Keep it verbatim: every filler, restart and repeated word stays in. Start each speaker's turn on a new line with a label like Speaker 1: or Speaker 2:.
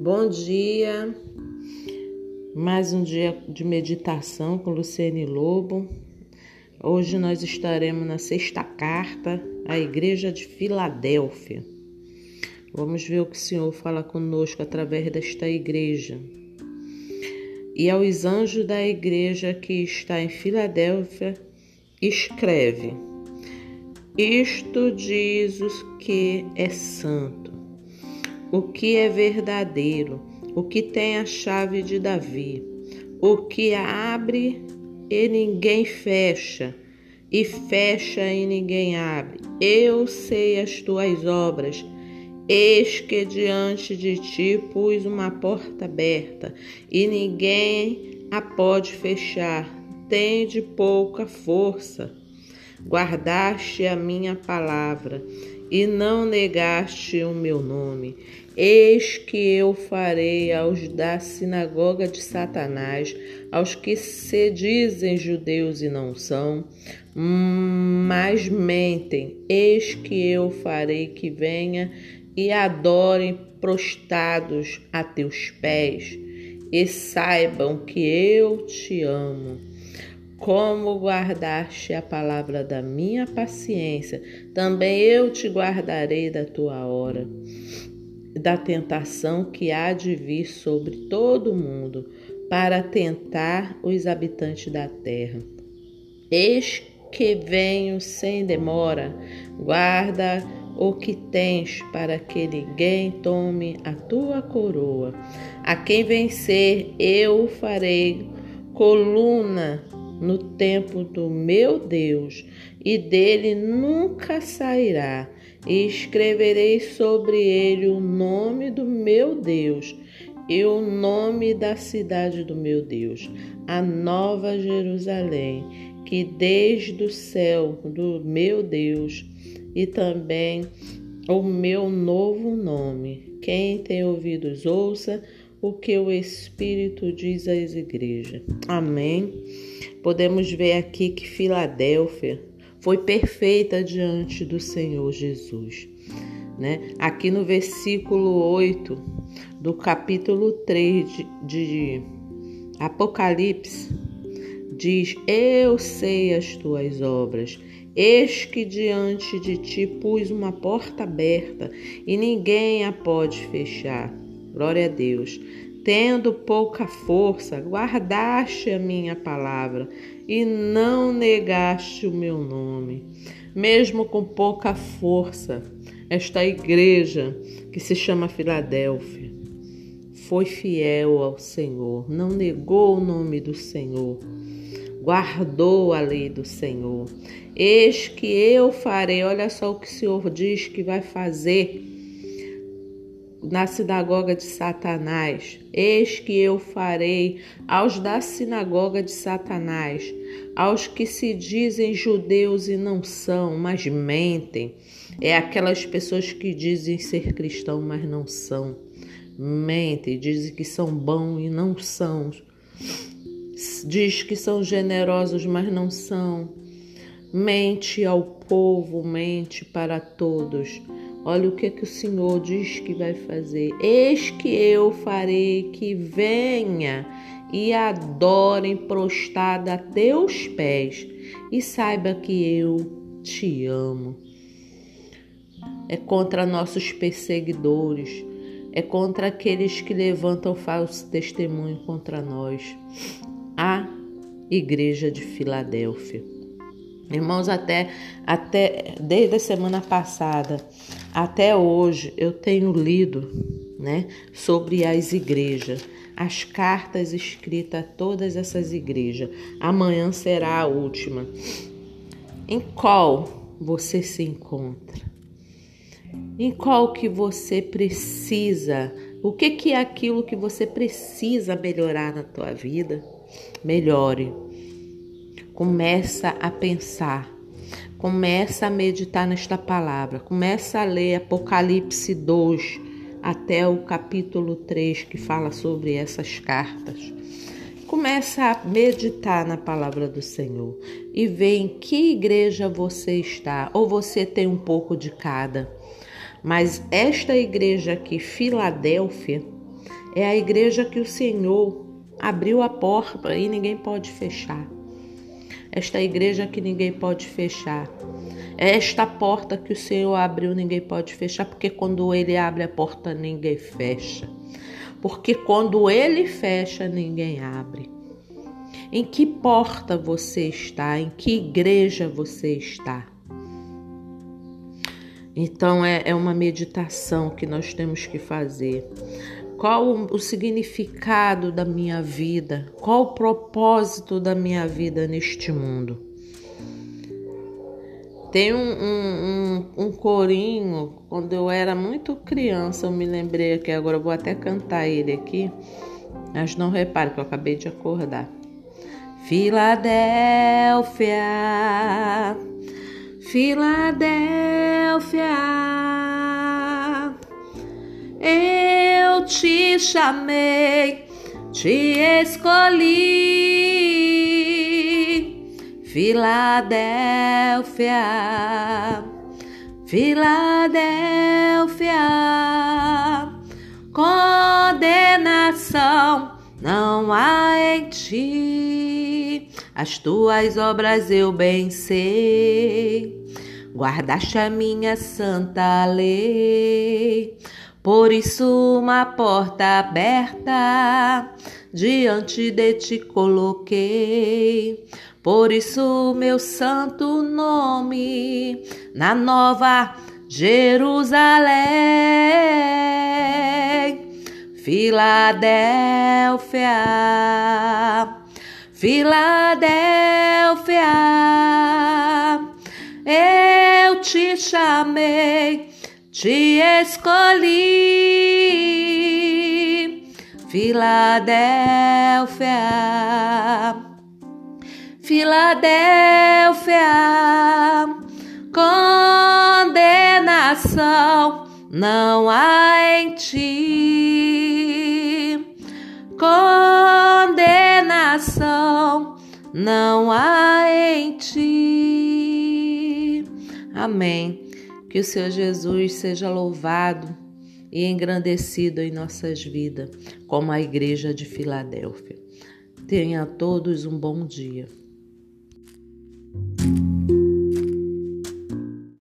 Speaker 1: Bom dia, mais um dia de meditação com Luciene Lobo. Hoje nós estaremos na sexta carta à Igreja de Filadélfia. Vamos ver o que o Senhor fala conosco através desta igreja. E aos anjos da igreja que está em Filadélfia, escreve: Isto diz o que é santo, o que é verdadeiro, o que tem a chave de Davi, o que abre e ninguém fecha, e fecha e ninguém abre. Eu sei as tuas obras, eis que diante de ti pus uma porta aberta, e ninguém a pode fechar. Tende pouca força, guardaste a minha palavra, e não negaste o meu nome. Eis que eu farei aos da sinagoga de Satanás, aos que se dizem judeus e não são, mas mentem. Eis que eu farei que venha e adorem prostrados a teus pés, e saibam que eu te amo. Como guardaste a palavra da minha paciência, também eu te guardarei da tua hora, da tentação que há de vir sobre todo o mundo, para tentar os habitantes da terra. Eis que venho sem demora, guarda o que tens, para que ninguém tome a tua coroa. A quem vencer, eu farei coluna no templo do meu Deus, e dele nunca sairá. E escreverei sobre ele o nome do meu Deus e o nome da cidade do meu Deus, a nova Jerusalém, que desde o céu do meu Deus, e também o meu novo nome. Quem tem ouvidos, ouça o que o Espírito diz às igrejas. Amém. Podemos ver aqui que Filadélfia foi perfeita diante do Senhor Jesus, né? Aqui no versículo oito do capítulo três de, de Apocalipse, diz: Eu sei as tuas obras, eis que diante de ti pus uma porta aberta, e ninguém a pode fechar. Glória a Deus. Tendo pouca força, guardaste a minha palavra e não negaste o meu nome. Mesmo com pouca força, esta igreja, que se chama Filadélfia, foi fiel ao Senhor, não negou o nome do Senhor, guardou a lei do Senhor. Eis que eu farei, olha só o que o Senhor diz que vai fazer na sinagoga de Satanás. Eis que eu farei aos da sinagoga de Satanás, aos que se dizem judeus e não são, mas mentem. É aquelas pessoas que dizem ser cristão, mas não são. Mentem, dizem que são bons e não são. Diz que são generosos, mas não são. Mente ao povo, mente para todos. Olha o que, que o Senhor diz que vai fazer. Eis que eu farei que venha e adorem prostrada a teus pés, e saiba que eu te amo. É contra nossos perseguidores, é contra aqueles que levantam falso testemunho contra nós. A igreja de Filadélfia. Irmãos, até, até desde a semana passada até hoje eu tenho lido, né, sobre as igrejas, as cartas escritas a todas essas igrejas. Amanhã será a última. Em qual você se encontra? Em qual que você precisa? O que, que é aquilo que você precisa melhorar na tua vida? Melhore. Começa a pensar, começa a meditar nesta palavra, começa a ler Apocalipse dois até o capítulo três, que fala sobre essas cartas. Começa a meditar na palavra do Senhor e vê em que igreja você está, ou você tem um pouco de cada. Mas esta igreja aqui, Filadélfia, É a igreja que o Senhor abriu a porta e ninguém pode fechar. Esta igreja que ninguém pode fechar. É esta porta que o Senhor abriu, ninguém pode fechar, porque quando Ele abre a porta, ninguém fecha. Porque quando Ele fecha, ninguém abre. Em que porta você está? Em que igreja você está? Então é, é uma meditação que nós temos que fazer. Qual o, o significado da minha vida? Qual o propósito da minha vida neste mundo? Tem um, um, um, um corinho, quando eu era muito criança, eu me lembrei aqui, agora eu vou até cantar ele aqui, mas não repare que eu acabei de acordar. Filadélfia, Filadélfia, eu te chamei, te escolhi. Filadélfia, Filadélfia, condenação não há em ti. As tuas obras eu bem sei, guardaste a minha santa lei. Por isso uma porta aberta diante de ti coloquei. Por isso meu santo nome na nova Jerusalém. Filadélfia, Filadélfia, eu te chamei, te escolhi. Filadélfia, Filadélfia, condenação não há em ti. Condenação não há em ti. Amém. Que o Senhor Jesus seja louvado e engrandecido em nossas vidas, como a igreja de Filadélfia. Tenha a todos um bom dia.